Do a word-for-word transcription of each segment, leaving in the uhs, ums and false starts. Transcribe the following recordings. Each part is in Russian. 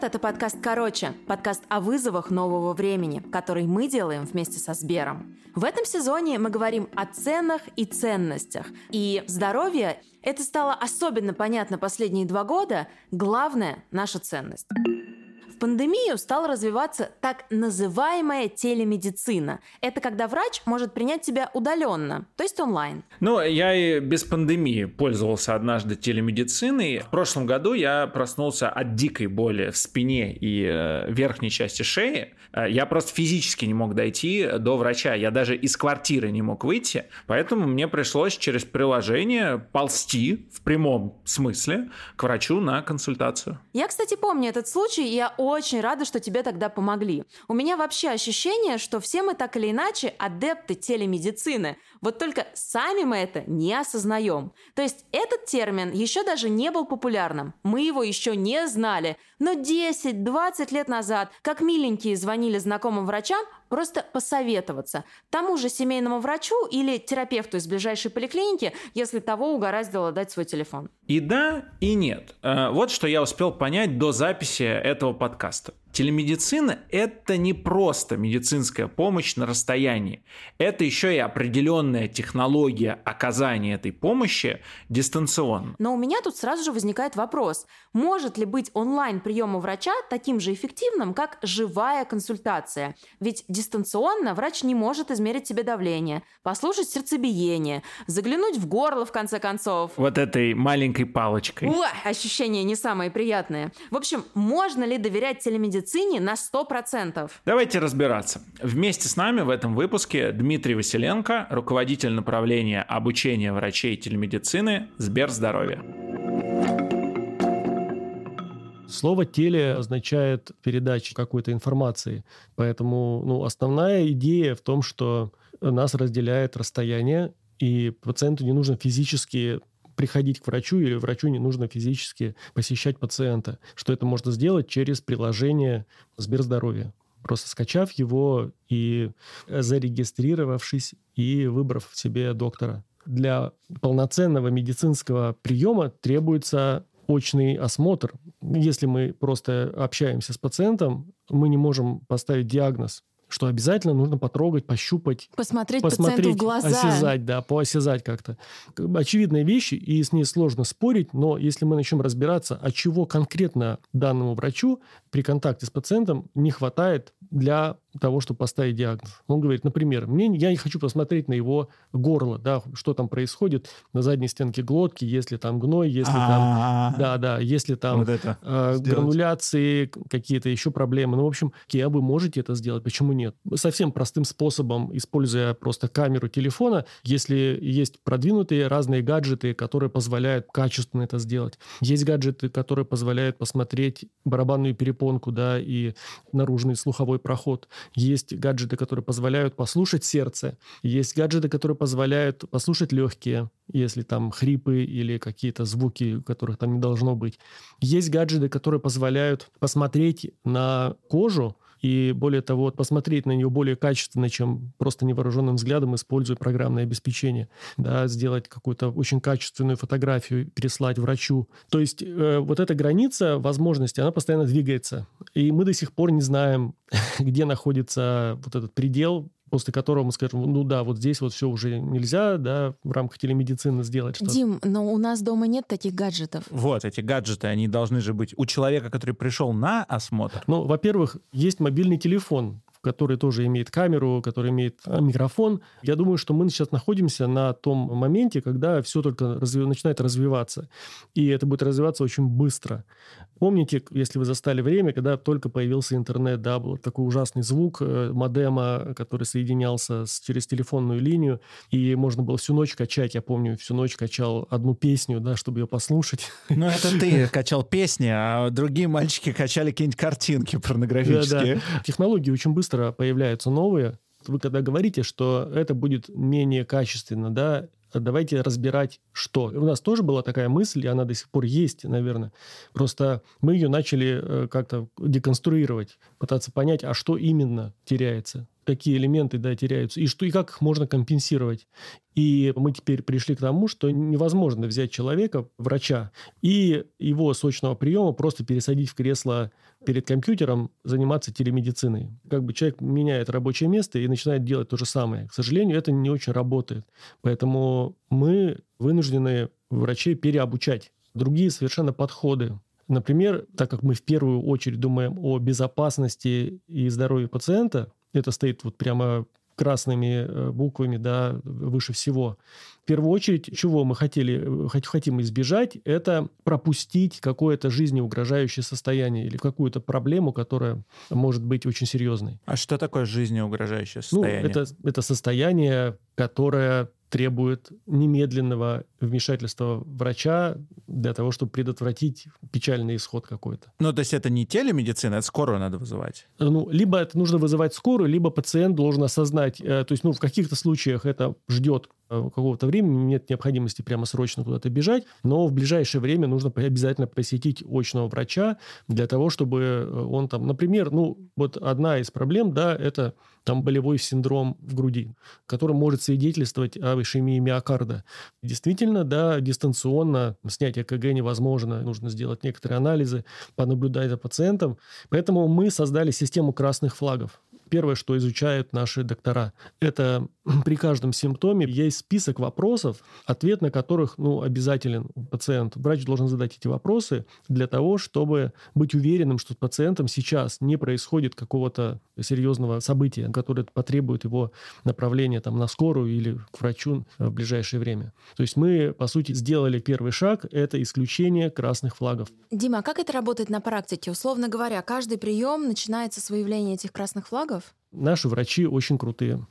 Привет, это подкаст «Короче», подкаст о вызовах нового времени, который мы делаем вместе со Сбером. В этом сезоне мы говорим о ценах и ценностях. И здоровье – это стало особенно понятно последние два года. Главная наша ценность. В пандемию стала развиваться так называемая телемедицина. Это когда врач может принять тебя удаленно, то есть онлайн. Ну, я и без пандемии пользовался однажды телемедициной. В прошлом году я проснулся от дикой боли в спине и э, верхней части шеи. Я просто физически не мог дойти до врача. Я даже из квартиры не мог выйти. Поэтому мне пришлось через приложение ползти в прямом смысле к врачу на консультацию. Я, кстати, помню этот случай, и я очень рада, что тебе тогда помогли. У меня вообще ощущение, что все мы так или иначе адепты телемедицины. Вот только сами мы это не осознаем. То есть этот термин еще даже не был популярным. Мы его еще не знали. Но десять-двадцать лет назад, как миленькие звонили знакомым врачам, просто посоветоваться. Тому же семейному врачу или терапевту из ближайшей поликлиники, если того угораздило дать свой телефон. И да, и нет. Вот что я успел понять до записи этого подкаста. Телемедицина – это не просто медицинская помощь на расстоянии. Это еще и определенная технология оказания этой помощи дистанционно. Но у меня тут сразу же возникает вопрос. Может ли быть онлайн-прием у врача таким же эффективным, как живая консультация? Ведь дистанционно врач не может измерить тебе давление, послушать сердцебиение, заглянуть в горло, в конце концов. Вот этой маленькой палочкой. Уа, ощущения не самые приятные. В общем, можно ли доверять телемедицине на сто процентов? Давайте разбираться. Вместе с нами в этом выпуске Дмитрий Василенко, руководитель направления обучения врачей телемедицины Сберздоровья. Слово «теле» означает передача какой-то информации. Поэтому ну, основная идея в том, что нас разделяет расстояние, и пациенту не нужно физически приходить к врачу, или врачу не нужно физически посещать пациента. Что это можно сделать через приложение Сберздоровья. Просто скачав его и зарегистрировавшись, и выбрав себе доктора. Для полноценного медицинского приема требуется очный осмотр. Если мы просто общаемся с пациентом, мы не можем поставить диагноз, что обязательно нужно потрогать, пощупать. Посмотреть, посмотреть пациенту в глаза. Осязать, да, поосязать как-то. Очевидные вещи, и с ней сложно спорить, но если мы начнем разбираться, от чего конкретно данному врачу при контакте с пациентом не хватает для того, чтобы поставить диагноз. Он говорит, например, мне, я не хочу посмотреть на его горло, да, что там происходит на задней стенке глотки, если там гной, если там, да, да, если там вот это э, грануляции, какие-то еще проблемы. Ну, в общем, а вы можете это сделать, почему нет? Совсем простым способом, используя просто камеру телефона, если есть продвинутые разные гаджеты, которые позволяют качественно это сделать. Есть гаджеты, которые позволяют посмотреть барабанную перепонку, да, и наружный слуховой проход. Есть гаджеты, которые позволяют послушать сердце. Есть гаджеты, которые позволяют послушать легкие, если там хрипы или какие-то звуки, которых там не должно быть. Есть гаджеты, которые позволяют посмотреть на кожу и, более того, посмотреть на нее более качественно, чем просто невооруженным взглядом, используя программное обеспечение. Да, сделать какую-то очень качественную фотографию, переслать врачу. То есть э, вот эта граница возможности, она постоянно двигается. И мы до сих пор не знаем, где находится вот этот предел, после которого мы скажем, ну да, вот здесь вот все уже нельзя, да, в рамках телемедицины сделать что-то. Дим, но у нас дома нет таких гаджетов. Вот, эти гаджеты, они должны же быть у человека, который пришел на осмотр. Ну, во-первых, есть мобильный телефон, который тоже имеет камеру, который имеет микрофон. Я думаю, что мы сейчас находимся на том моменте, когда все только разви... начинает развиваться. И это будет развиваться очень быстро. Помните, если вы застали время, когда только появился интернет, да, был такой ужасный звук модема, который соединялся с, через телефонную линию, и можно было всю ночь качать. Я помню, всю ночь качал одну песню, да, чтобы ее послушать. Ну, это ты качал песни, а другие мальчики качали какие-нибудь картинки порнографические. Да, да. Технологии очень быстро появляются новые. Вы когда говорите, что это будет менее качественно, да, давайте разбирать, что. У нас тоже была такая мысль, и она до сих пор есть, наверное. Просто мы ее начали как-то деконструировать, пытаться понять, а что именно теряется. какие элементы, да, теряются, и что и как их можно компенсировать. И мы теперь пришли к тому, что невозможно взять человека, врача, и его с очного приема просто пересадить в кресло перед компьютером, заниматься телемедициной. Как бы человек меняет рабочее место и начинает делать то же самое. К сожалению, это не очень работает. Поэтому мы вынуждены врачей переобучать. Другие совершенно подходы. Например, так как мы в первую очередь думаем о безопасности и здоровье пациента, это стоит вот прямо красными буквами, да, выше всего. В первую очередь, чего мы хотели, хотим избежать, это пропустить какое-то жизнеугрожающее состояние или какую-то проблему, которая может быть очень серьезной. А что такое жизнеугрожающее состояние? Ну, это, это состояние, которое требует немедленного вмешательства врача для того, чтобы предотвратить печальный исход какой-то. Ну, то есть это не телемедицина, это скорую надо вызывать? Ну, либо это нужно вызывать скорую, либо пациент должен осознать, то есть, ну, в каких-то случаях это ждет какого-то времени, нет необходимости прямо срочно куда-то бежать, но в ближайшее время нужно обязательно посетить очного врача для того, чтобы он там, например, ну, вот одна из проблем, да, это там болевой синдром в груди, который может свидетельствовать о ишемии миокарда. Действительно, да, дистанционно снять ЭКГ невозможно, нужно сделать некоторые анализы, понаблюдать за пациентом. Поэтому мы создали систему красных флагов. Первое, что изучают наши доктора, это при каждом симптоме есть список вопросов, ответ на которых, ну, обязателен пациенту. Врач должен задать эти вопросы для того, чтобы быть уверенным, что с пациентом сейчас не происходит какого-то серьезного события, которое потребует его направления там, на скорую или к врачу в ближайшее время. То есть мы, по сути, сделали первый шаг, это исключение красных флагов. Дима, а как это работает на практике? Условно говоря, каждый прием начинается с выявления этих красных флагов? Наши врачи очень крутые.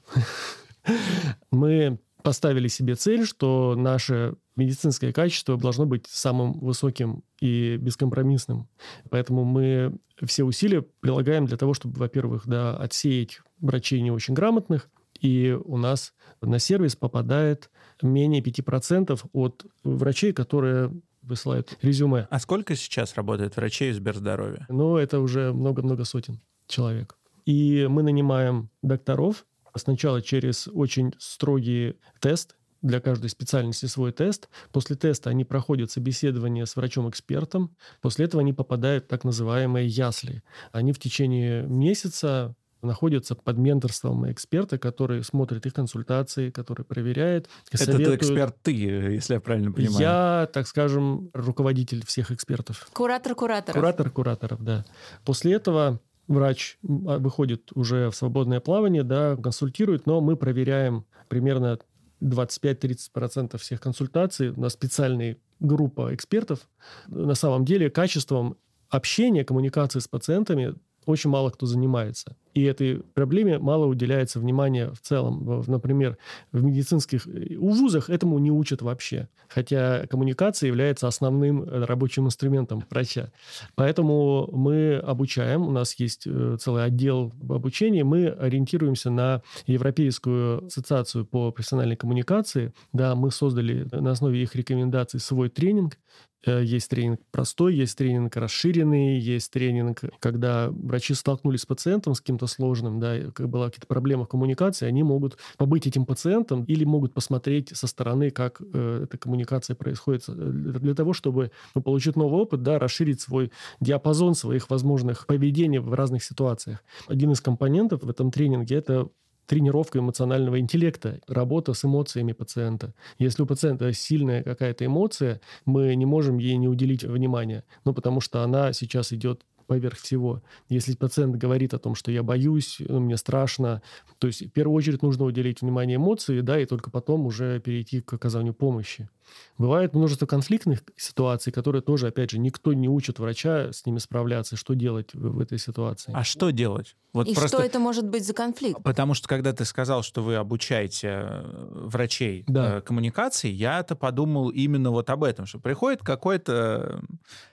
Мы поставили себе цель, что наше медицинское качество должно быть самым высоким и бескомпромиссным. Поэтому мы все усилия прилагаем для того, чтобы, во-первых, да, отсеять врачей не очень грамотных, и у нас на сервис попадает менее пяти процентов от врачей, которые высылают резюме. А сколько сейчас работает врачей в Сберздоровье? Ну, это уже много-много сотен человек. И мы нанимаем докторов сначала через очень строгий тест, для каждой специальности свой тест. После теста они проходят собеседование с врачом-экспертом. После этого они попадают в так называемые ясли. Они в течение месяца находятся под менторством эксперта, который смотрит их консультации, который проверяет. Это эксперт ты, если я правильно понимаю. Я, так скажем, руководитель всех экспертов. Куратор кураторов. Куратор кураторов, да. После этого врач выходит уже в свободное плавание, да, консультирует, но мы проверяем примерно двадцать пять - тридцать процентов всех консультаций. У нас специальная группа экспертов. На самом деле качеством общения, коммуникации с пациентами очень мало кто занимается. И этой проблеме мало уделяется внимания в целом. Например, в медицинских у вузах этому не учат вообще. Хотя коммуникация является основным рабочим инструментом врача. Поэтому мы обучаем. У нас есть целый отдел обучения. Мы ориентируемся на Европейскую ассоциацию по профессиональной коммуникации. Да, мы создали на основе их рекомендаций свой тренинг. Есть тренинг простой, есть тренинг расширенный, есть тренинг, когда врачи столкнулись с пациентом, с каким-то сложным, да, как была какие-то проблемы в коммуникации, они могут побыть этим пациентом или могут посмотреть со стороны, как э, эта коммуникация происходит, для того, чтобы, ну, получить новый опыт, да, расширить свой диапазон своих возможных поведений в разных ситуациях. Один из компонентов в этом тренинге – это тренировка эмоционального интеллекта, работа с эмоциями пациента. Если у пациента сильная какая-то эмоция, мы не можем ей не уделить внимания, ну, потому что она сейчас идет поверх всего. Если пациент говорит о том, что я боюсь, ну, мне страшно, то есть в первую очередь нужно уделить внимание эмоции, да, и только потом уже перейти к оказанию помощи. Бывает множество конфликтных ситуаций, которые тоже, опять же, никто не учит врача с ними справляться, что делать в, в этой ситуации. А что делать? Вот и просто... что это может быть за конфликт? Потому что, когда ты сказал, что вы обучаете врачей да. коммуникации, я-то подумал именно вот об этом, что приходит какой-то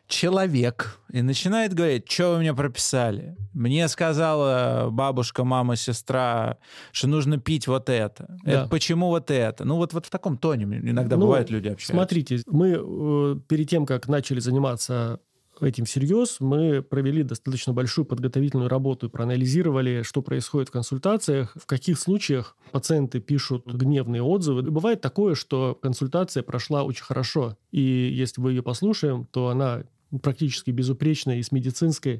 человек и начинает говорить, что вы мне прописали. Мне сказала бабушка, мама, сестра, что нужно пить вот это. Да. Это почему вот это? Ну вот, вот в таком тоне иногда ну, бывают люди общаются. Смотрите, мы э, перед тем, как начали заниматься этим всерьез, мы провели достаточно большую подготовительную работу и проанализировали, что происходит в консультациях, в каких случаях пациенты пишут гневные отзывы. И бывает такое, что консультация прошла очень хорошо, и если мы ее послушаем, то она практически безупречная и с медицинской,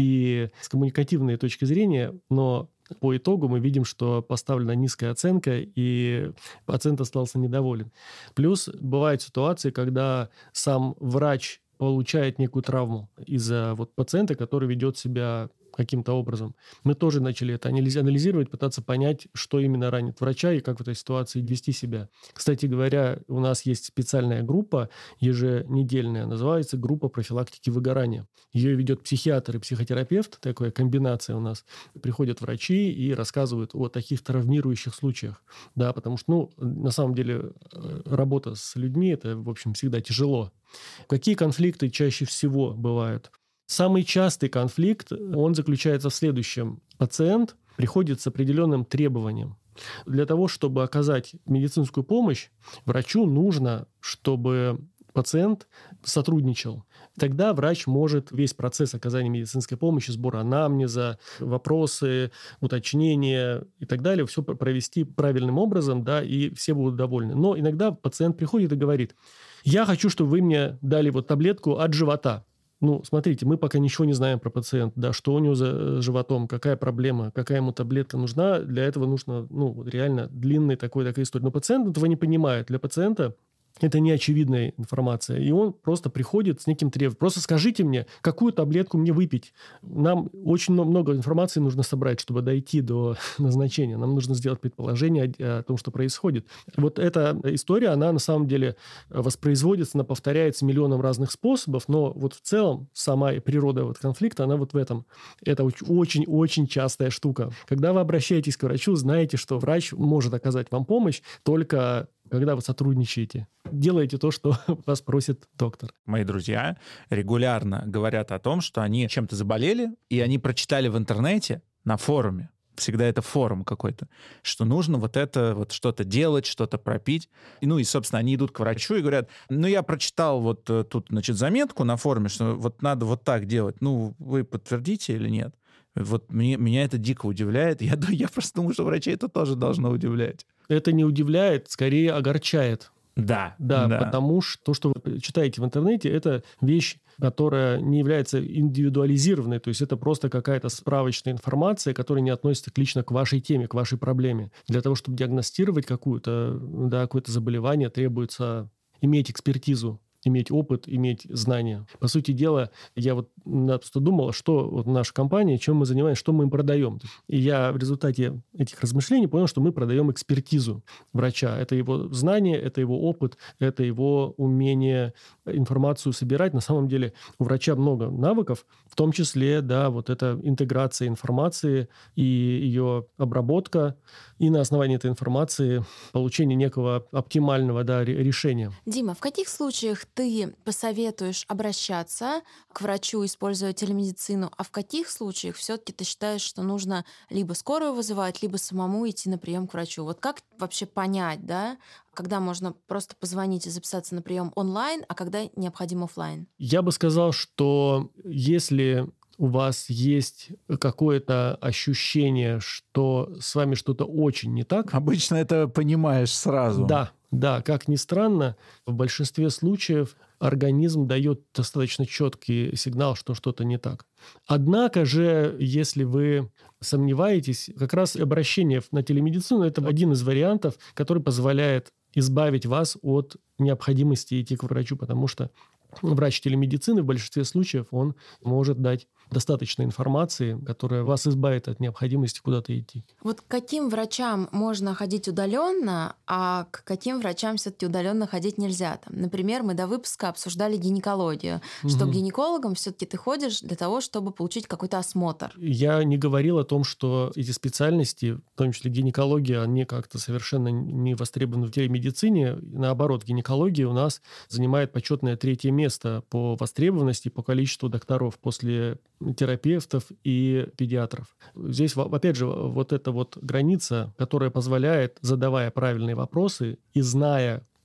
и с коммуникативной точки зрения, но по итогу мы видим, что поставлена низкая оценка, и пациент остался недоволен. Плюс бывают ситуации, когда сам врач получает некую травму из-за вот пациента, который ведет себя каким-то образом. Мы тоже начали это анализировать, пытаться понять, что именно ранит врача и как в этой ситуации вести себя. Кстати говоря, у нас есть специальная группа еженедельная, называется группа профилактики выгорания. Ее ведет психиатр и психотерапевт, такая комбинация у нас. Приходят врачи и рассказывают о таких травмирующих случаях. Да, потому что, ну, на самом деле, работа с людьми – это, в общем, всегда тяжело. Какие конфликты чаще всего бывают? Самый частый конфликт, он заключается в следующем. Пациент приходит с определенным требованием. Для того, чтобы оказать медицинскую помощь, врачу нужно, чтобы пациент сотрудничал. Тогда врач может весь процесс оказания медицинской помощи, сбора анамнеза, вопросы, уточнения и так далее, все провести правильным образом, да, и все будут довольны. Но иногда пациент приходит и говорит: «Я хочу, чтобы вы мне дали вот таблетку от живота». Ну, смотрите, мы пока ничего не знаем про пациента, да, что у него за животом, какая проблема, какая ему таблетка нужна. Для этого нужно, ну, реально длинная такой, такая история. Но пациент этого не понимает. Для пациента это неочевидная информация. И он просто приходит с неким требованием. Просто скажите мне, какую таблетку мне выпить. Нам очень много информации нужно собрать, чтобы дойти до назначения. Нам нужно сделать предположение о, о том, что происходит. Вот эта история, она на самом деле воспроизводится, она повторяется миллионом разных способов, но вот в целом сама природа вот конфликта, она вот в этом. Это очень-очень частая штука. Когда вы обращаетесь к врачу, знаете, что врач может оказать вам помощь только когда вы сотрудничаете. Делаете то, что вас просит доктор. Мои друзья регулярно говорят о том, что они чем-то заболели, и они прочитали в интернете на форуме, всегда это форум какой-то, что нужно вот это, вот что-то делать, что-то пропить. И, ну и, собственно, они идут к врачу и говорят: ну, я прочитал вот тут, значит, заметку на форуме, что вот надо вот так делать. Ну, вы подтвердите или нет? Вот мне, меня это дико удивляет. Я, я просто думаю, что врачей это тоже должно удивлять. Это не удивляет, скорее огорчает. Да, да. Да, да. потому что то, что вы читаете в интернете, это вещь, которая не является индивидуализированной. То есть это просто какая-то справочная информация, которая не относится лично к вашей теме, к вашей проблеме. Для того, чтобы диагностировать какую-то, да, какое-то заболевание, требуется иметь экспертизу, иметь опыт, иметь знания. По сути дела, я вот просто думал, что вот наша компания, чем мы занимаемся, что мы им продаем. И я в результате этих размышлений понял, что мы продаем экспертизу врача. Это его знание, это его опыт, это его умение информацию собирать. На самом деле у врача много навыков, в том числе, да, вот эта интеграция информации и ее обработка, и на основании этой информации получение некого оптимального, да, решения. Дима, в каких случаях ты посоветуешь обращаться к врачу, используя телемедицину, а в каких случаях все-таки ты считаешь, что нужно либо скорую вызывать, либо самому идти на прием к врачу? Вот как вообще понять, да, когда можно просто позвонить и записаться на прием онлайн, а когда необходим офлайн? Я бы сказал, что если у вас есть какое-то ощущение, что с вами что-то очень не так... Обычно это понимаешь сразу. Да, да, как ни странно, в большинстве случаев организм дает достаточно четкий сигнал, что что-то не так. Однако же, если вы сомневаетесь, как раз обращение на телемедицину – это один из вариантов, который позволяет избавить вас от необходимости идти к врачу, потому что врач телемедицины в большинстве случаев он может дать достаточно информации, которая вас избавит от необходимости куда-то идти. Вот к каким врачам можно ходить удаленно, а к каким врачам все-таки удаленно ходить нельзя? Там, например, мы до выпуска обсуждали гинекологию, угу. что к гинекологам все-таки ты ходишь для того, чтобы получить какой-то осмотр. Я не говорил о том, что эти специальности, в том числе гинекология, они как-то совершенно не востребованы в телемедицине. Наоборот, гинекология у нас занимает почетное третье место по востребованности, по количеству докторов после терапевтов и педиатров. Здесь, опять же, вот эта вот граница, которая позволяет, задавая правильные вопросы и зная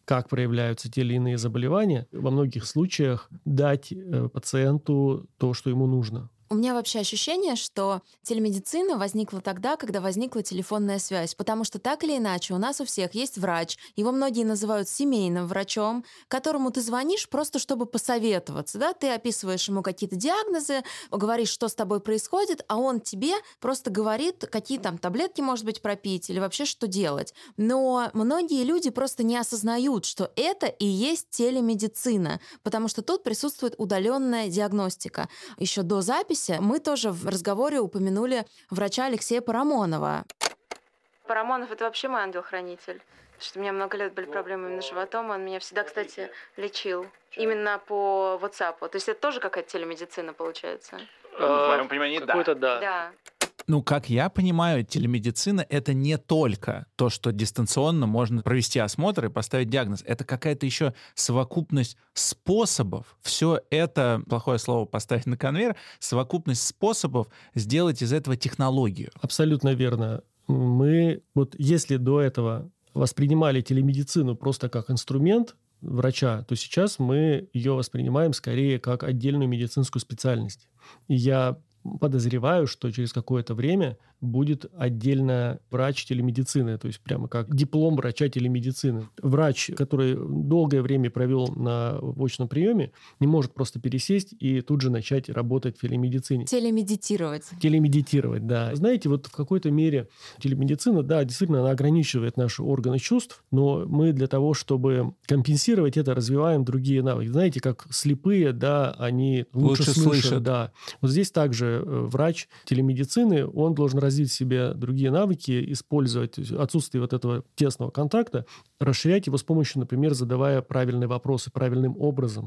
как проявляются те или иные заболевания, во многих случаях дать э, пациенту то, что ему нужно. У меня вообще ощущение, что телемедицина возникла тогда, когда возникла телефонная связь, потому что так или иначе у нас у всех есть врач, его многие называют семейным врачом, которому ты звонишь просто чтобы посоветоваться, да, ты описываешь ему какие-то диагнозы, говоришь, что с тобой происходит, а он тебе просто говорит, какие там таблетки, может быть, пропить или вообще что делать. Но многие люди просто не осознают, что это и есть телемедицина, потому что тут присутствует удаленная диагностика. Еще до записи мы тоже в разговоре упомянули врача Алексея Парамонова. Парамонов — это вообще мой ангел-хранитель. Потому что у меня много лет были проблемы именно с животом, он меня всегда, кстати, лечил. Именно по WhatsApp. То есть это тоже какая-то телемедицина получается? В моем понимании, да. Какой-то да. Да. Ну, как я понимаю, телемедицина — это не только то, что дистанционно можно провести осмотр и поставить диагноз. Это какая-то еще совокупность способов. Все это, плохое слово поставить на конвейер, совокупность способов сделать из этого технологию. Абсолютно верно. Мы, вот если до этого воспринимали телемедицину просто как инструмент врача, то сейчас мы ее воспринимаем скорее как отдельную медицинскую специальность. И я подозреваю, что через какое-то время будет отдельно врач телемедицины, то есть прямо как диплом врача телемедицины. Врач, который долгое время провел на очном приеме, не может просто пересесть и тут же начать работать в телемедицине. Телемедитировать. Телемедитировать, да. Знаете, вот в какой-то мере телемедицина, да, действительно, она ограничивает наши органы чувств, но мы для того, чтобы компенсировать это, развиваем другие навыки. Знаете, как слепые, да, они лучше, Лучше слышат. слышат. Да. Вот здесь также врач телемедицины, он должен развить в себе другие навыки, использовать отсутствие вот этого тесного контакта, расширять его с помощью, например, задавая правильные вопросы правильным образом.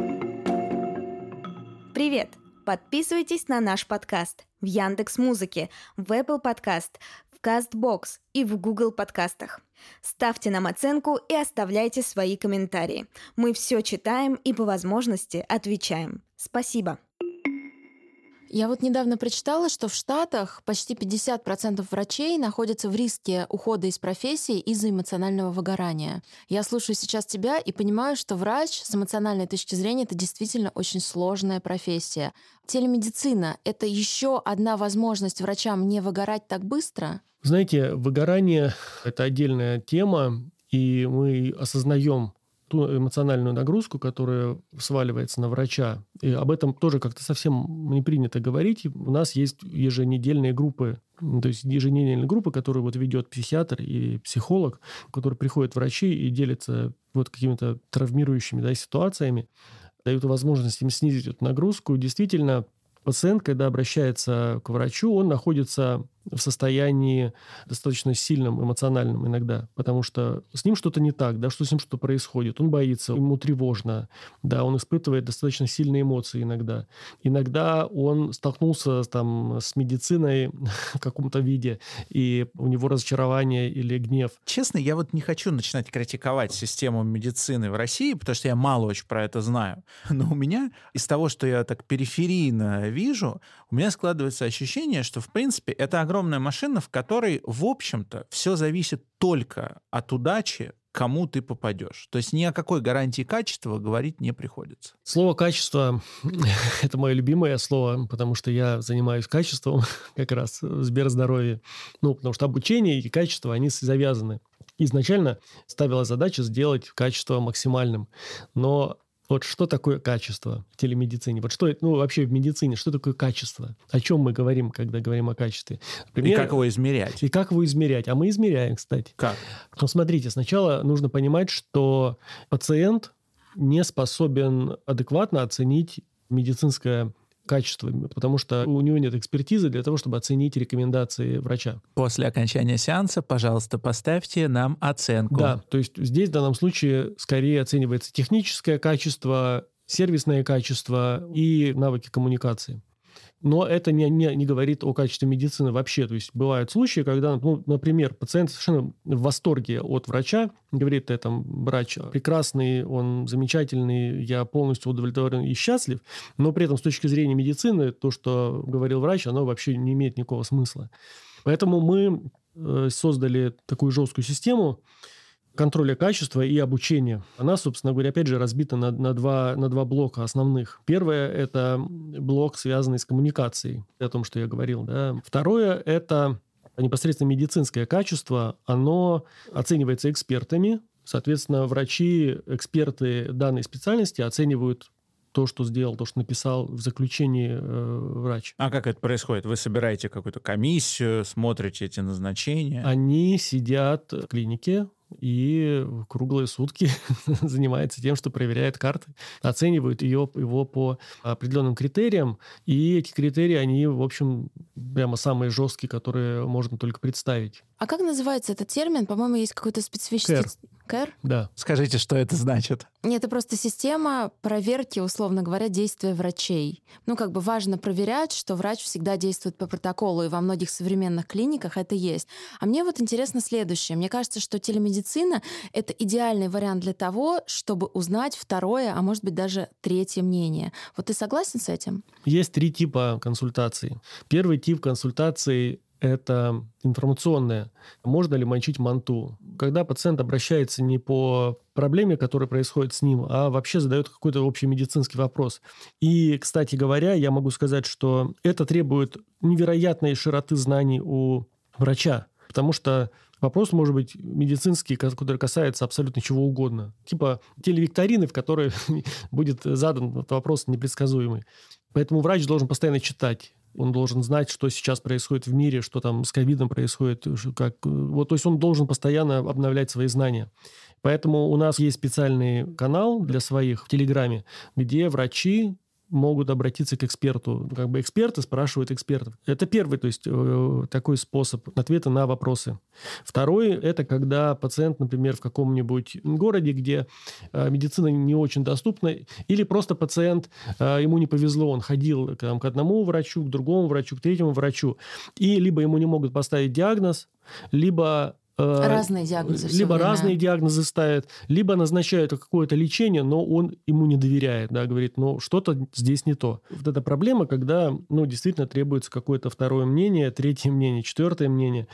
Привет! Подписывайтесь на наш подкаст в Яндекс.Музыке, в Apple Podcast, в CastBox и в Google подкастах. Ставьте нам оценку и оставляйте свои комментарии. Мы все читаем и по возможности отвечаем. Спасибо! Я вот недавно прочитала, что в Штатах почти пятьдесят процентов врачей находятся в риске ухода из профессии из-за эмоционального выгорания. Я слушаю сейчас тебя и понимаю, что врач с эмоциональной точки зрения — это действительно очень сложная профессия. Телемедицина — это еще одна возможность врачам не выгорать так быстро? Знаете, выгорание – это отдельная тема, и мы осознаем ту эмоциональную нагрузку, которая сваливается на врача. И об этом тоже как-то совсем не принято говорить. У нас есть еженедельные группы, то есть еженедельные группы, которые вот ведет психиатр и психолог, которые приходят врачи и делятся вот какими-то травмирующими, да, ситуациями, дают возможность им снизить эту нагрузку. Действительно, пациент, когда обращается к врачу, он находится в состоянии достаточно сильном, эмоциональном иногда, потому что с ним что-то не так, да, что с ним что-то происходит, он боится, ему тревожно, да, он испытывает достаточно сильные эмоции иногда. Иногда он столкнулся там с медициной в каком-то виде, и у него разочарование или гнев. Честно, я вот не хочу начинать критиковать систему медицины в России, потому что я мало очень про это знаю. Но у меня из того, что я так периферийно вижу, у меня складывается ощущение, что, в принципе, это огромная машина, в которой, в общем-то, все зависит только от удачи, кому ты попадешь. То есть ни о какой гарантии качества говорить не приходится. Слово «качество» — это мое любимое слово, потому что я занимаюсь качеством как раз в Сберздоровье. Ну, потому что обучение и качество, они завязаны. Изначально ставила задачу сделать качество максимальным. Но вот что такое качество в телемедицине? Вот что, ну, вообще в медицине, что такое качество? О чем мы говорим, когда говорим о качестве? Например, и как его измерять? И как его измерять? А мы измеряем, кстати. Как? Ну, смотрите, сначала нужно понимать, что пациент не способен адекватно оценить медицинское качество, потому что у него нет экспертизы для того, чтобы оценить рекомендации врача. После окончания сеанса, пожалуйста, поставьте нам оценку. Да, то есть здесь в данном случае скорее оценивается техническое качество, сервисное качество и навыки коммуникации. Но это не, не, не говорит о качестве медицины вообще. То есть бывают случаи, когда, ну, например, пациент совершенно в восторге от врача, говорит, это врач прекрасный, он замечательный, я полностью удовлетворен и счастлив, но при этом с точки зрения медицины то, что говорил врач, оно вообще не имеет никакого смысла. Поэтому мы создали такую жесткую систему, контроля качества и обучения. Она, собственно говоря, опять же, разбита на, на, два, на два блока основных. Первое – это блок, связанный с коммуникацией, о том, что я говорил. Да. Второе – это непосредственно медицинское качество. Оно оценивается экспертами. Соответственно, врачи, эксперты данной специальности оценивают то, что сделал, то, что написал в заключении э, врач. А как это происходит? Вы собираете какую-то комиссию, смотрите эти назначения? Они сидят в клинике и круглые сутки занимаются тем, что проверяют карты, оценивают ее, его по определенным критериям, и эти критерии, они, в общем, прямо самые жесткие, которые можно только представить. А как называется этот термин? По-моему, есть какой-то специфический... Кэр. Кэр? Да. Скажите, что это значит? Нет, это просто система проверки, условно говоря, действия врачей. Ну, как бы важно проверять, что врач всегда действует по протоколу, и во многих современных клиниках это есть. А мне вот интересно следующее. Мне кажется, что телемедицина — это идеальный вариант для того, чтобы узнать второе, а может быть даже третье мнение. Вот ты согласен с этим? Есть три типа консультаций. Первый тип консультаций — это информационное. Можно ли мочить манту? Когда пациент обращается не по проблеме, которая происходит с ним, а вообще задает какой-то общий медицинский вопрос. И, кстати говоря, я могу сказать, что это требует невероятной широты знаний у врача, потому что вопрос может быть медицинский, который касается абсолютно чего угодно. Типа телевикторины, в которой будет задан этот вопрос непредсказуемый. Поэтому врач должен постоянно читать. Он должен знать, что сейчас происходит в мире, что там с ковидом происходит. Как... Вот, то есть он должен постоянно обновлять свои знания. Поэтому у нас есть специальный канал для своих в Телеграме, где врачи могут обратиться к эксперту. Как бы эксперты спрашивают экспертов. Это первый, то есть э, такой способ ответа на вопросы. Второй – это когда пациент, например, в каком-нибудь городе, где э, медицина не очень доступна, или просто пациент, э, ему не повезло, он ходил там, к одному врачу, к другому врачу, к третьему врачу, и либо ему не могут поставить диагноз, либо... Разные диагнозы. Либо разные диагнозы ставят, либо назначают какое-то лечение, но он ему не доверяет, да, говорит, ну, что-то здесь не то. Вот эта проблема, когда, ну, действительно требуется какое-то второе мнение, третье мнение, четвертое мнение.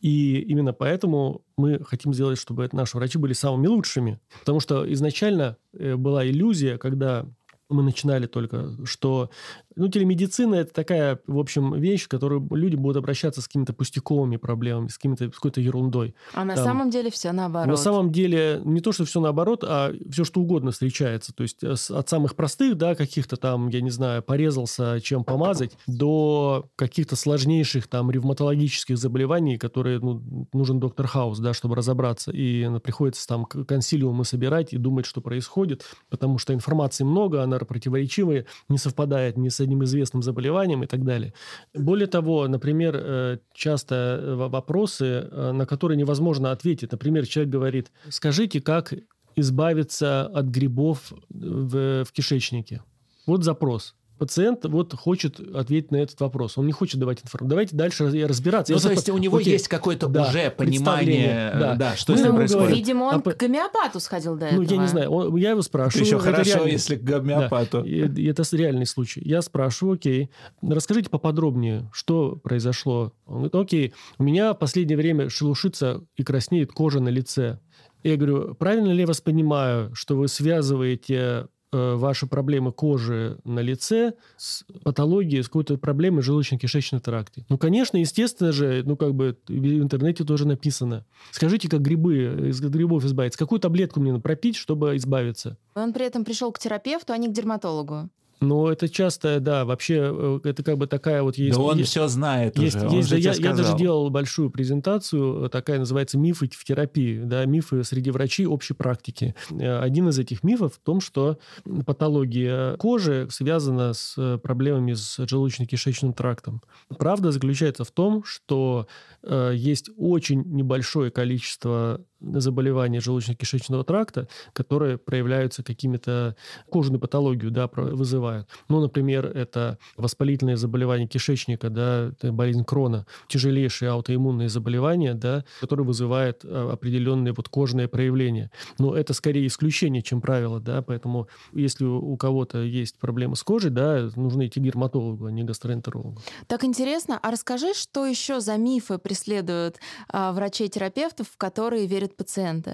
И именно поэтому мы хотим сделать, чтобы наши врачи были самыми лучшими. Потому что изначально была иллюзия, когда мы начинали только, что ну, телемедицина – это такая, в общем, вещь, в которую люди будут обращаться с какими-то пустяковыми проблемами, с, какими-то, с какой-то ерундой. А на Там, самом деле все наоборот. На самом деле не то, что все наоборот, а все, что угодно встречается. То есть от самых простых, да, каких-то там, я не знаю, порезался, чем помазать, до каких-то сложнейших там ревматологических заболеваний, которые ну, нужен доктор Хаус, да, чтобы разобраться. И ну, приходится там консилиумы собирать и думать, что происходит, потому что информации много, она противоречивая, не совпадает ни с одним известным заболеванием и так далее. Более того, например, часто вопросы, на которые невозможно ответить. Например, человек говорит, скажите, как избавиться от грибов в, в кишечнике? Вот запрос. Пациент вот хочет ответить на этот вопрос. Он не хочет давать информацию. Давайте дальше разбираться. Ну, Я то зап... есть у него Окей. есть какое-то да, уже понимание, да. Да, что Мы с ним происходит. говорим, Видимо, он а по... к гомеопату сходил до ну, этого. Ну, я не знаю. Он, я его спрашиваю. Это еще это хорошо, реальный... если к гомеопату. Да, и, это реальный случай. Я спрашиваю, окей, расскажите поподробнее, что произошло. Он говорит, окей, у меня в последнее время шелушится и краснеет кожа на лице. Я говорю, правильно ли я вас понимаю, что вы связываете ваши проблемы кожи на лице с патологией, с какой-то проблемой желудочно-кишечного тракта? Ну, конечно, естественно же, ну, как бы в интернете тоже написано. Скажите, как грибы, из грибов избавиться? Какую таблетку мне надо пропить, чтобы избавиться? Он при этом пришел к терапевту, а не к дерматологу. Ну, это часто, да, вообще, это как бы такая вот есть... Да он есть, все знает есть, уже, есть, он же я, тебе я даже сказал. делал большую презентацию, такая называется «Мифы в терапии», да, мифы среди врачей общей практики. Один из этих мифов в том, что патология кожи связана с проблемами с желудочно-кишечным трактом. Правда заключается в том, что э, есть очень небольшое количество заболевания желудочно-кишечного тракта, которые проявляются какими-то кожную патологию, да, вызывают. Ну, например, это воспалительные заболевания кишечника, да, болезнь Крона, тяжелейшие аутоиммунные заболевания, да, которые вызывают определенные вот кожные проявления. Но это скорее исключение, чем правило, да, поэтому если у кого-то есть проблемы с кожей, да, нужно идти к дерматологу, а не гастроэнтерологу. Так интересно, а расскажи, что еще за мифы преследуют а, врачей-терапевтов, в которые верят пациенты?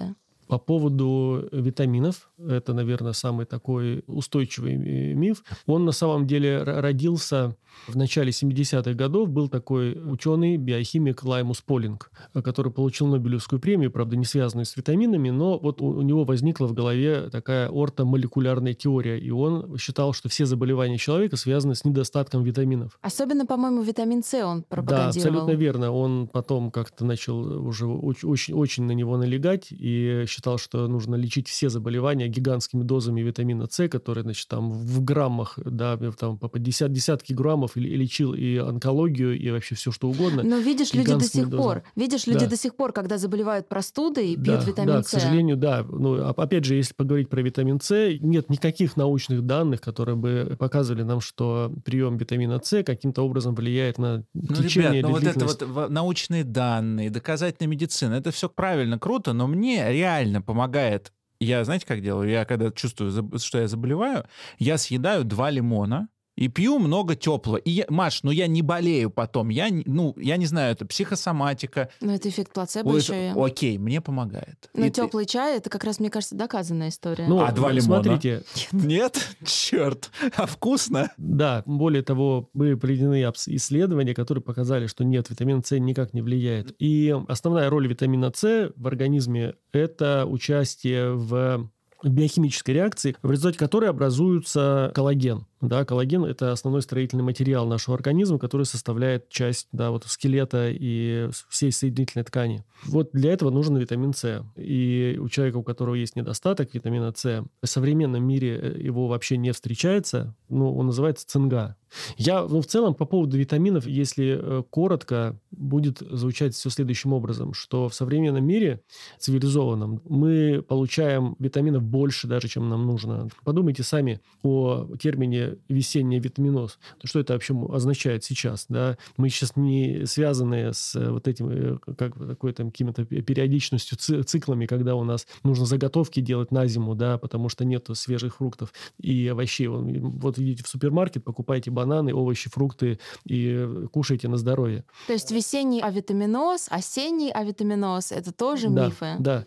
По поводу витаминов, это, наверное, самый такой устойчивый миф. Он на самом деле родился в начале семидесятых годов. Был такой ученый, биохимик Лаймус Полинг, который получил Нобелевскую премию, правда, не связанную с витаминами, но вот у него возникла в голове такая ортомолекулярная теория, и он считал, что все заболевания человека связаны с недостатком витаминов. Особенно, по-моему, витамин С он пропагандировал. Да, абсолютно верно. Он потом как-то начал уже очень, очень на него налегать и считал, что нужно лечить все заболевания гигантскими дозами витамина С, которые, значит, там в граммах, да, там по десят, десятки граммов, и лечил и онкологию, и вообще все, что угодно. Но видишь, люди до сих дозами. пор, видишь, люди да. до сих пор, когда заболевают простудой, да, пьют витамин да, С. к сожалению, да. Ну, опять же, если поговорить про витамин С, нет никаких научных данных, которые бы показывали нам, что прием витамина С каким-то образом влияет на ну, течение ребят, ну, или вот это вот научные данные, доказательная медицина, это все правильно, круто, но мне реально помогает. Я, знаете, как делаю? Я когда чувствую, что я заболеваю, я съедаю два лимона и пью много теплого. И я, Маш, ну я не болею потом. Я, ну, я не знаю, это психосоматика. Но это эффект плацебо Ой, еще. Это, окей, мне помогает. Но и теплый ты... чай, это как раз, мне кажется, доказанная история. Ну, а два лимона? Смотрите. Нет? Черт. А вкусно? Да. Более того, были проведены исследования, которые показали, что нет, витамин С никак не влияет. И основная роль витамина С в организме – это участие в биохимической реакции, в результате которой образуется коллаген. Да, коллаген – это основной строительный материал нашего организма, который составляет часть, да, вот скелета и всей соединительной ткани. Вот для этого нужен витамин С. И у человека, у которого есть недостаток витамина С, в современном мире его вообще не встречается, ну, он называется цинга. Я, ну, в целом, по поводу витаминов, если коротко, будет звучать все следующим образом, что в современном мире, цивилизованном, мы получаем витаминов больше даже, чем нам нужно. Подумайте сами о термине весенний витаминоз. Что это вообще означает сейчас? Да? Мы сейчас не связаны с вот этим, как какой-то какими-то периодичностью, циклами, когда у нас нужно заготовки делать на зиму, да, потому что нету свежих фруктов и овощей. Вот идите в супермаркет, покупайте бананы, овощи, фрукты и кушайте на здоровье. То есть весенний авитаминоз, осенний авитаминоз — это тоже да, мифы? Да.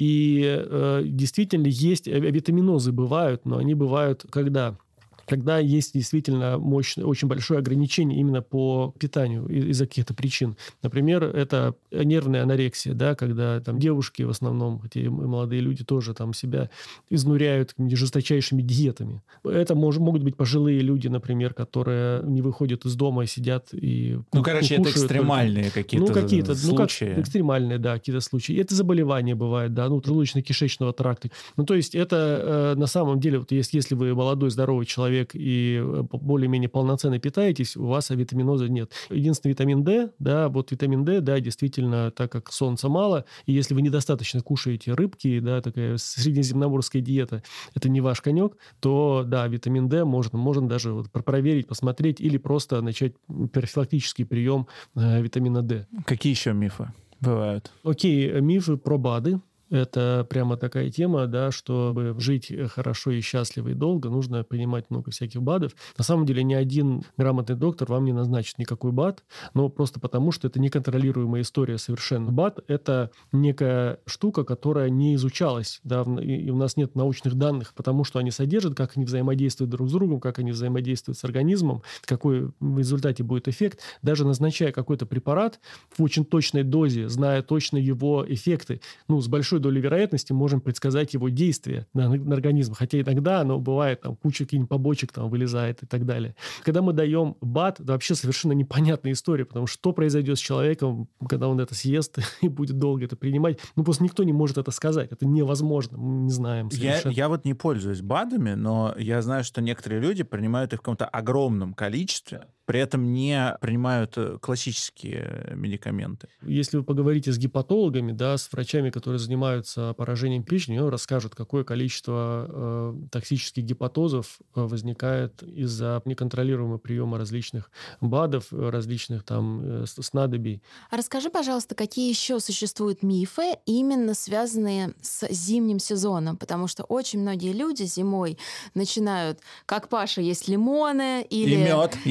И э, действительно есть авитаминозы бывают, но они бывают когда? Когда есть действительно мощное, очень большое ограничение именно по питанию из-за каких-то причин. Например, это нервная анорексия, да, когда там девушки в основном, хотя и молодые люди тоже там себя изнуряют жесточайшими диетами. Это мож, могут быть пожилые люди, например, которые не выходят из дома и сидят и Ну, короче, это экстремальные только. какие-то, ну, какие-то случаи. Ну, как экстремальные, да, какие-то случаи. И это заболевания бывают, да, ну, желудочно-кишечного тракта. Ну, то есть это э, на самом деле, вот если, если вы молодой, здоровый человек, и более-менее полноценно питаетесь, у вас витаминоза нет. Единственный витамин D, да, вот витамин D, да, действительно, так как солнца мало, и если вы недостаточно кушаете рыбки, да, такая среднеземноморская диета, это не ваш конек, то, да, витамин D можно, можно даже вот проверить, посмотреть или просто начать профилактический прием э, витамина D. Какие еще мифы бывают? Окей, мифы про БАДы. Это прямо такая тема, да, чтобы жить хорошо и счастливо и долго, нужно принимать много всяких БАДов. На самом деле ни один грамотный доктор вам не назначит никакой БАД, но просто потому, что это неконтролируемая история совершенно. БАД – это некая штука, которая не изучалась, да, и у нас нет научных данных, потому что они содержат, как они взаимодействуют друг с другом, как они взаимодействуют с организмом, какой в результате будет эффект. Даже назначая какой-то препарат в очень точной дозе, зная точно его эффекты, ну, с большой долей вероятности можем предсказать его действие на, на организм. Хотя иногда оно бывает, там, куча каких-нибудь побочек там вылезает и так далее. Когда мы даем БАД, это вообще совершенно непонятная история, потому что что произойдет с человеком, когда он это съест и будет долго это принимать, ну, просто никто не может это сказать. Это невозможно. Мы не знаем совершенно. Я, я вот не пользуюсь БАДами, но я знаю, что некоторые люди принимают их в каком-то огромном количестве, при этом не принимают классические медикаменты. Если вы поговорите с гепатологами, да, с врачами, которые занимаются поражением печени, они расскажут, какое количество э, токсических гепатозов возникает из-за неконтролируемого приема различных БАДов, различных там э, снадобий. А расскажи, пожалуйста, какие еще существуют мифы, именно связанные с зимним сезоном? Потому что очень многие люди зимой начинают, как Паша, есть лимоны или... И мед. Я еще мёд.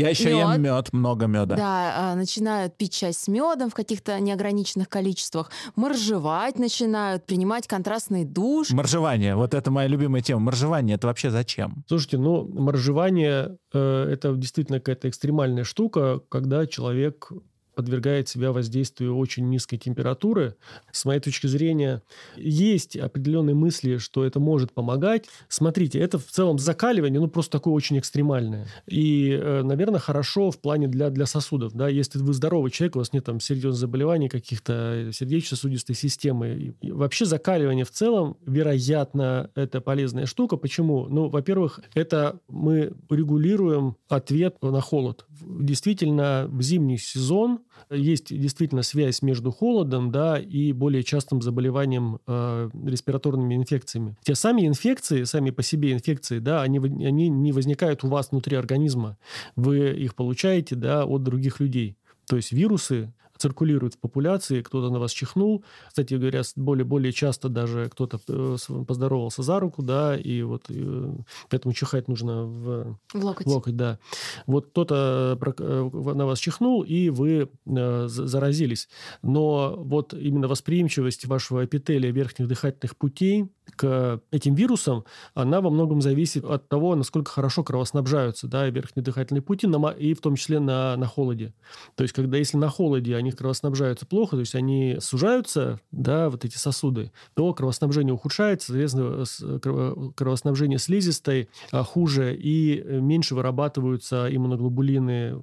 Ем мед, много меда. Да, начинают пить чай с медом в каких-то неограниченных количествах, моржевать начинают, принимать контрастный душ. Моржевание, вот это моя любимая тема. Моржевание, это вообще зачем? Слушайте, ну, моржевание э, это действительно какая-то экстремальная штука, когда человек подвергает себя воздействию очень низкой температуры. С моей точки зрения, есть определенные мысли, что это может помогать. Смотрите, это в целом закаливание, ну, просто такое очень экстремальное. И, наверное, хорошо в плане для, для сосудов. Да? Если вы здоровый человек, у вас нет там серьезных заболеваний, каких-то сердечно-сосудистой системы. И вообще закаливание в целом, вероятно, это полезная штука. Почему? Ну, во-первых, это мы регулируем ответ на холод. Действительно, в зимний сезон есть действительно связь между холодом, да, и более частым заболеванием э, респираторными инфекциями. Те сами инфекции, сами по себе инфекции, да, они, они не возникают у вас внутри организма. Вы их получаете, да, от других людей. То есть вирусы циркулируют в популяции, кто-то на вас чихнул. Кстати говоря, более, более часто даже кто-то поздоровался за руку, да, и вот и, поэтому чихать нужно в, в локоть. В локоть, да. Вот кто-то на вас чихнул, и вы э, заразились. Но вот именно восприимчивость вашего эпителия верхних дыхательных путей к этим вирусам, она во многом зависит от того, насколько хорошо кровоснабжаются, да, верхние дыхательные пути, на, и в том числе на, на холоде. То есть, когда если на холоде они кровоснабжаются плохо, то есть они сужаются, да, вот эти сосуды, то кровоснабжение ухудшается, соответственно, кровоснабжение слизистой хуже, и меньше вырабатываются иммуноглобулины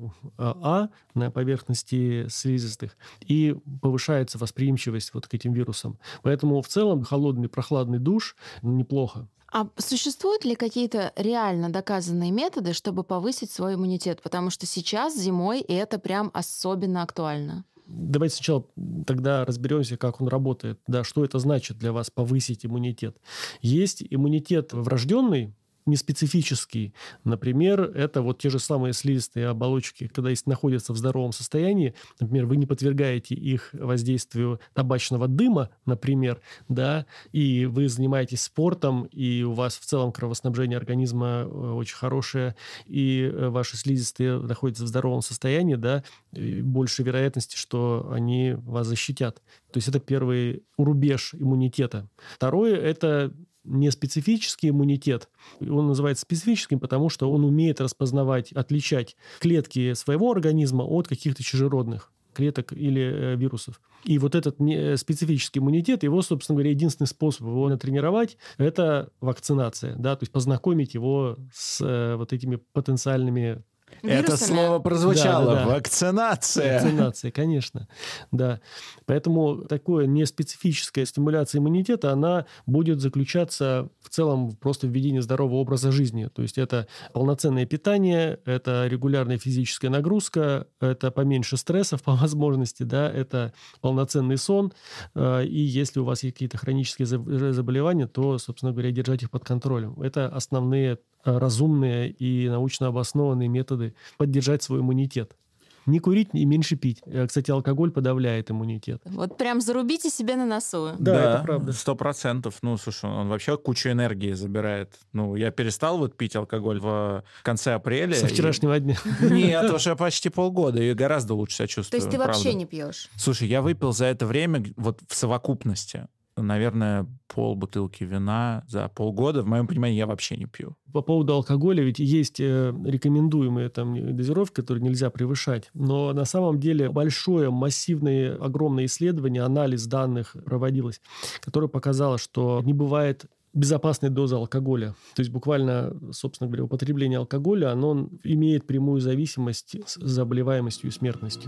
А на поверхности слизистых, и повышается восприимчивость вот к этим вирусам. Поэтому в целом холодный, прохладный душ неплохо. А существуют ли какие-то реально доказанные методы, чтобы повысить свой иммунитет? Потому что сейчас зимой это прям особенно актуально. Давайте сначала тогда разберемся, как он работает. Да, что это значит для вас повысить иммунитет? Есть иммунитет врожденный, неспецифический. Например, это вот те же самые слизистые оболочки, когда если находятся в здоровом состоянии, например, вы не подвергаете их воздействию табачного дыма, например, да, и вы занимаетесь спортом, и у вас в целом кровоснабжение организма очень хорошее, и ваши слизистые находятся в здоровом состоянии, да, больше вероятности, что они вас защитят. То есть это первый рубеж иммунитета. Второе – это неспецифический иммунитет. Он называется специфическим, потому что он умеет распознавать, отличать клетки своего организма от каких-то чужеродных клеток или э, вирусов. И вот этот не, специфический иммунитет, его, собственно говоря, единственный способ его натренировать – это вакцинация, да, то есть познакомить его с э, вот этими потенциальными вирусами. Это слово прозвучало. Да, да, да. Вакцинация. Вакцинация, конечно. Да. Поэтому такое неспецифическая стимуляция иммунитета, она будет заключаться в целом просто в введении здорового образа жизни. То есть это полноценное питание, это регулярная физическая нагрузка, это поменьше стрессов по возможности, да, это полноценный сон. И если у вас есть какие-то хронические заболевания, то, собственно говоря, держать их под контролем. Это основные разумные и научно обоснованные методы поддержать свой иммунитет. Не курить и меньше пить. Кстати, алкоголь подавляет иммунитет. Вот прям зарубите себе на носу. Да, да, это правда. Сто процентов. Ну, слушай, он вообще кучу энергии забирает. Ну, я перестал вот пить алкоголь в конце апреля. Со вчерашнего и... дня. Нет, уже почти полгода, и гораздо лучше себя чувствую. То есть ты правда. вообще не пьешь? Слушай, я выпил за это время вот в совокупности, наверное, полбутылки вина за полгода. В моем понимании, я вообще не пью. По поводу алкоголя, ведь есть э, рекомендуемые там дозировки, которые нельзя превышать. Но на самом деле большое, массивное, огромное исследование, анализ данных проводилось, которое показало, что не бывает безопасной дозы алкоголя. То есть буквально, собственно говоря, употребление алкоголя, оно имеет прямую зависимость с заболеваемостью и смертностью.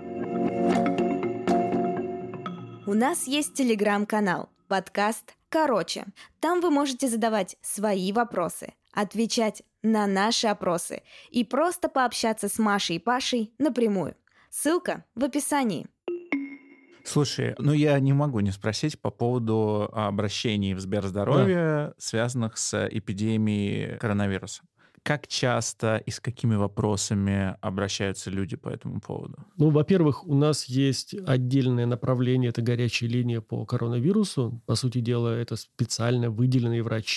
У нас есть телеграм-канал, подкаст «Короче». Там вы можете задавать свои вопросы, отвечать на наши опросы и просто пообщаться с Машей и Пашей напрямую. Ссылка в описании. Слушай, ну я не могу не спросить по поводу обращений в Сберздоровье, да, связанных с эпидемией коронавируса. Как часто и с какими вопросами обращаются люди по этому поводу? Ну, во-первых, у нас есть отдельное направление, это горячая линия по коронавирусу. По сути дела, это специально выделенные врачи,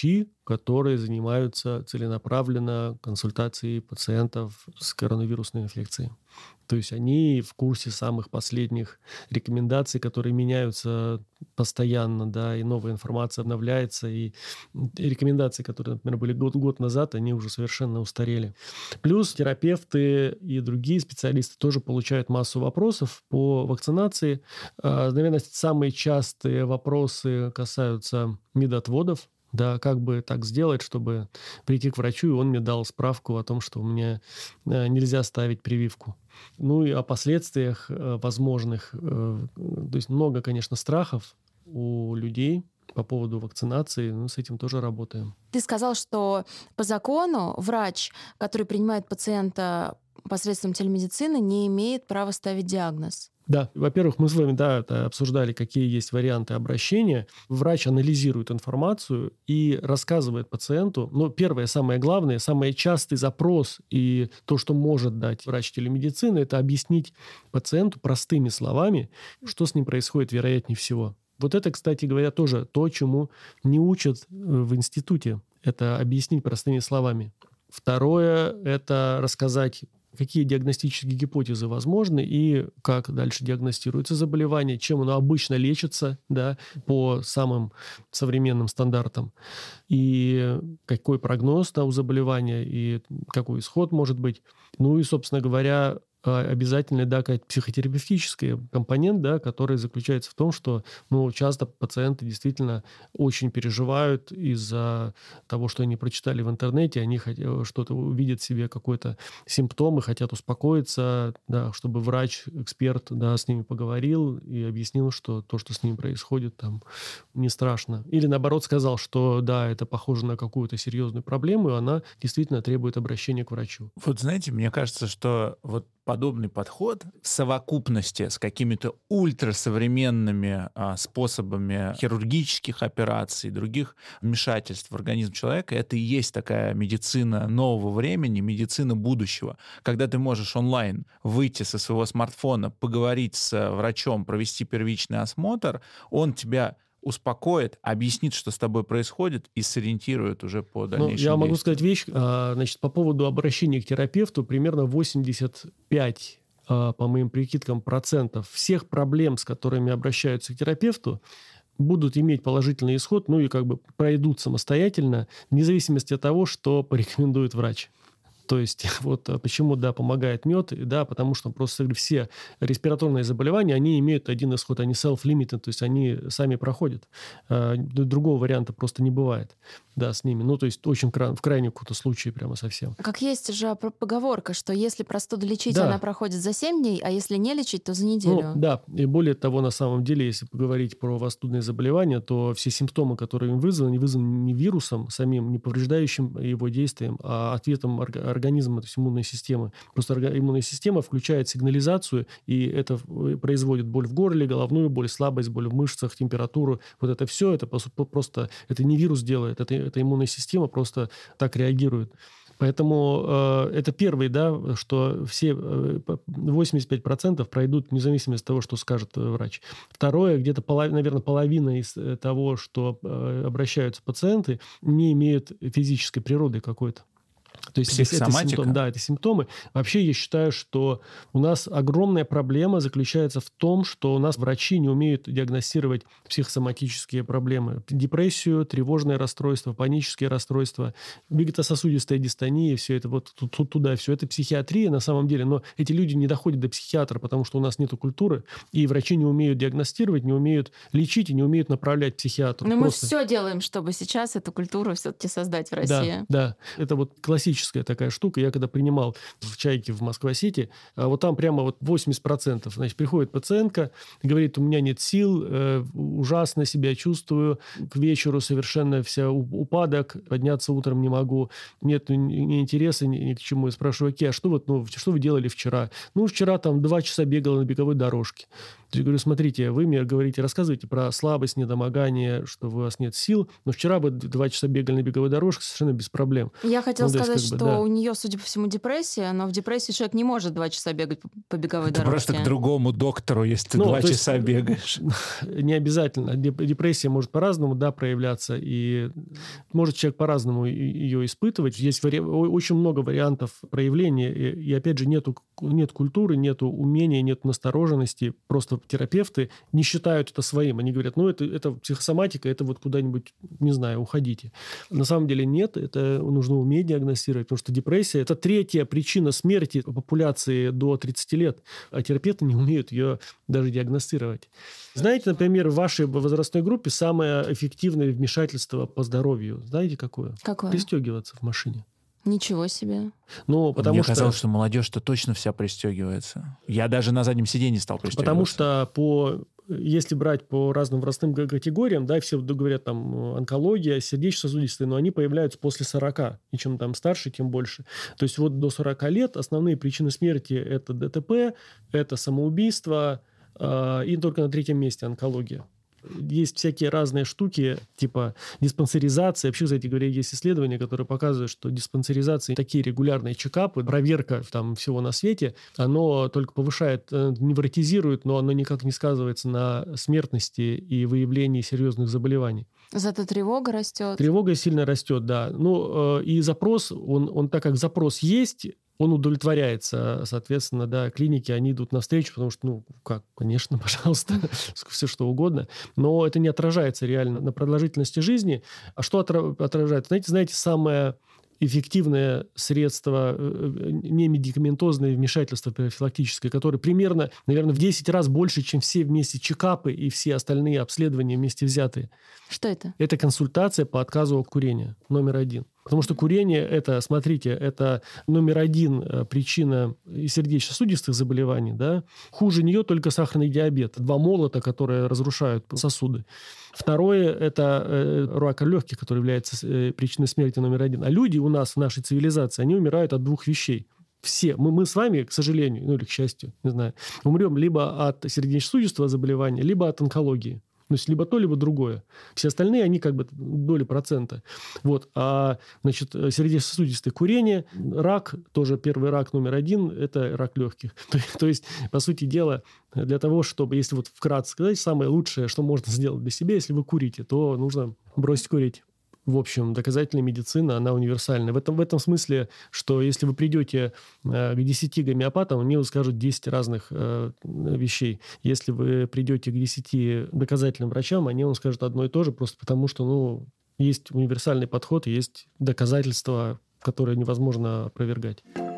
которые занимаются целенаправленно консультацией пациентов с коронавирусной инфекцией. То есть они в курсе самых последних рекомендаций, которые меняются постоянно, да, и новая информация обновляется, и рекомендации, которые, например, были год, год назад, они уже совершенно устарели. Плюс терапевты и другие специалисты тоже получают массу вопросов по вакцинации. Наверное, самые частые вопросы касаются медотводов. Да, как бы так сделать, чтобы прийти к врачу, и он мне дал справку о том, что у меня нельзя ставить прививку. Ну и о последствиях возможных. То есть много, конечно, страхов у людей по поводу вакцинации, но с этим тоже работаем. Ты сказал, что по закону врач, который принимает пациента посредством телемедицины, не имеет права ставить диагноз. Да, во-первых, мы с вами, да, обсуждали, какие есть варианты обращения. Врач анализирует информацию и рассказывает пациенту. Но первое, самое главное, самый частый запрос и то, что может дать врач телемедицины, это объяснить пациенту простыми словами, что с ним происходит вероятнее всего. Вот это, кстати говоря, тоже то, чему не учат в институте. Это объяснить простыми словами. Второе – это рассказать, какие диагностические гипотезы возможны и как дальше диагностируется заболевание, чем оно обычно лечится, да, по самым современным стандартам, и какой прогноз да, у заболевания, и какой исход может быть. Ну и, собственно говоря, обязательно, да, какая-то психотерапевтическая компонент, да, который заключается в том, что ну, часто пациенты действительно очень переживают из-за того, что они прочитали в интернете, они хотят, что-то увидят в себе какой-то симптом и хотят успокоиться, да, чтобы врач, эксперт да, с ними поговорил и объяснил, что то, что с ними происходит, там, не страшно. Или наоборот сказал, что да, это похоже на какую-то серьезную проблему, и она действительно требует обращения к врачу. Вот знаете, мне кажется, что вот подобный подход в совокупности с какими-то ультрасовременными а, способами хирургических операций, других вмешательств в организм человека, это и есть такая медицина нового времени, медицина будущего, когда ты можешь онлайн выйти со своего смартфона, поговорить с врачом, провести первичный осмотр, он тебя успокоит, объяснит, что с тобой происходит, и сориентирует уже по дальнейшим ну, Я могу действиям. сказать вещь, значит, по поводу обращения к терапевту, примерно восемьдесят пять, по моим прикидкам, процентов всех проблем, с которыми обращаются к терапевту, будут иметь положительный исход, ну и как бы пройдут самостоятельно, вне зависимости от того, что порекомендует врач. То есть вот почему, да, помогает мед, да, потому что просто все респираторные заболевания, они имеют один исход, они self-limited, то есть они сами проходят. Другого варианта просто не бывает, да, с ними. Ну, то есть очень край, в крайнем каком-то случае прямо совсем. Как есть же поговорка, что если простуду лечить, да. она проходит за семь дней, а если не лечить, то за неделю. Ну, да, и более того, на самом деле, если поговорить про простудные заболевания, то все симптомы, которые им вызваны, не вызваны не вирусом самим, не повреждающим его действием, а ответом организма, организма, то есть иммунной системы. Просто иммунная система включает сигнализацию, и это производит боль в горле, головную боль, слабость, боль в мышцах, температуру. Вот это все, это просто, это не вирус делает, это, это иммунная система просто так реагирует. Поэтому э, это первый, да, что все э, восемьдесят пять процентов пройдут вне зависимости от того, что скажет врач. Второе, где-то, полов, наверное, половина из того, что э, обращаются пациенты, не имеют физической природы какой-то. То есть это симптомы, да, это симптомы. Вообще я считаю, что у нас огромная проблема заключается в том, что у нас врачи не умеют диагностировать психосоматические проблемы. Депрессию, тревожное расстройство, панические расстройства, вегетососудистая дистония, все это вот туда, все это психиатрия на самом деле. Но эти люди не доходят до психиатра, потому что у нас нет культуры, и врачи не умеют диагностировать, не умеют лечить и не умеют направлять психиатру. Но Просто... мы все делаем, чтобы сейчас эту культуру все-таки создать в России. Да, да. Это вот классическая такая штука. Я когда принимал в «Чайке» в Москва-Сити, вот там прямо вот восемьдесят процентов. Значит, приходит пациентка, говорит, у меня нет сил, э, ужасно себя чувствую, к вечеру совершенно вся упадок, подняться утром не могу, нет ни, ни интереса ни, ни к чему. Я спрашиваю, окей, а что, вот, ну, что вы делали вчера? Ну, вчера там два часа бегала на беговой дорожке. То есть, говорю, смотрите, вы мне говорите, рассказываете про слабость, недомогание, что у вас нет сил, но вчера бы два часа бегали на беговой дорожке совершенно без проблем. Я хотела Ну, то есть, сказать, как бы, что да. у нее, судя по всему, депрессия, но в депрессии человек не может два часа бегать по- по беговой Ты дорожке. просто к другому доктору, если ты Ну, два то есть, часа бегаешь. Не обязательно. Деп- Депрессия может по-разному, да, проявляться, и может человек по-разному и- ее испытывать. Есть вари- о- очень много вариантов проявления, и, и опять же, нету, нет культуры, нету умения, нет настороженности. Просто терапевты не считают это своим. Они говорят, ну, это, это психосоматика, это вот куда-нибудь, не знаю, уходите. На самом деле нет, это нужно уметь диагностировать, потому что депрессия – это третья причина смерти в популяции до тридцати лет, а терапевты не умеют ее даже диагностировать. Знаете, например, в вашей возрастной группе самое эффективное вмешательство по здоровью, знаете, какое? Какое? Пристегиваться в машине. Ничего себе. Ну, потому Мне что... казалось, что молодежь-то точно вся пристегивается. Я даже на заднем сиденье стал пристегиваться. Потому что по... Если брать по разным возрастным г- категориям, да, все говорят там онкология, сердечно-сосудистые, но они появляются после сорока. И чем там старше, тем больше. То есть вот до сорока лет основные причины смерти – это ДТП, это самоубийство, э, и только на третьем месте онкология. Есть всякие разные штуки, типа диспансеризация. Вообще, кстати говоря, есть исследования, которые показывают, что диспансеризация, такие регулярные чекапы, проверка там всего на свете, оно только повышает, э, невротизирует, но оно никак не сказывается на смертности и выявлении серьезных заболеваний. Зато тревога растет. Тревога сильно растет, да. Ну, э, и запрос, он, он так как запрос есть, он удовлетворяется, соответственно, да, клиники, они идут навстречу, потому что, ну, как, конечно, пожалуйста, все что угодно, но это не отражается реально на продолжительности жизни. А что отра- отражает? Знаете, знаете, самое эффективное средство, не медикаментозное вмешательство профилактическое, которое примерно, наверное, в десять раз больше, чем все вместе чекапы и все остальные обследования вместе взятые. Что это? Это консультация по отказу от курения, номер один. Потому что курение, это, смотрите, это номер один э, причина сердечно-сосудистых заболеваний. Да? Хуже нее только сахарный диабет. Два молота, которые разрушают сосуды. Второе, это э, рак легких, который является э, причиной смерти номер один. А люди у нас в нашей цивилизации, они умирают от двух вещей. Все. Мы, мы с вами, к сожалению, ну или к счастью, не знаю, умрем либо от сердечно-сосудистого заболевания, либо от онкологии. То есть либо то, либо другое. Все остальные, они как бы доли процента. Вот. А, значит, сердечно-сосудистое курение, рак, тоже первый рак номер один, это рак легких. То, то есть, по сути дела, для того, чтобы, если вот вкратце сказать, самое лучшее, что можно сделать для себя, если вы курите, то нужно бросить курить. В общем, доказательная медицина, она универсальная. В этом, в этом смысле, что если вы придете э, к десяти гомеопатам, они вам скажут десять разных э, вещей. Если вы придете к десяти доказательным врачам, они вам скажут одно и то же, просто потому что, ну, есть универсальный подход, есть доказательства, которые невозможно опровергать.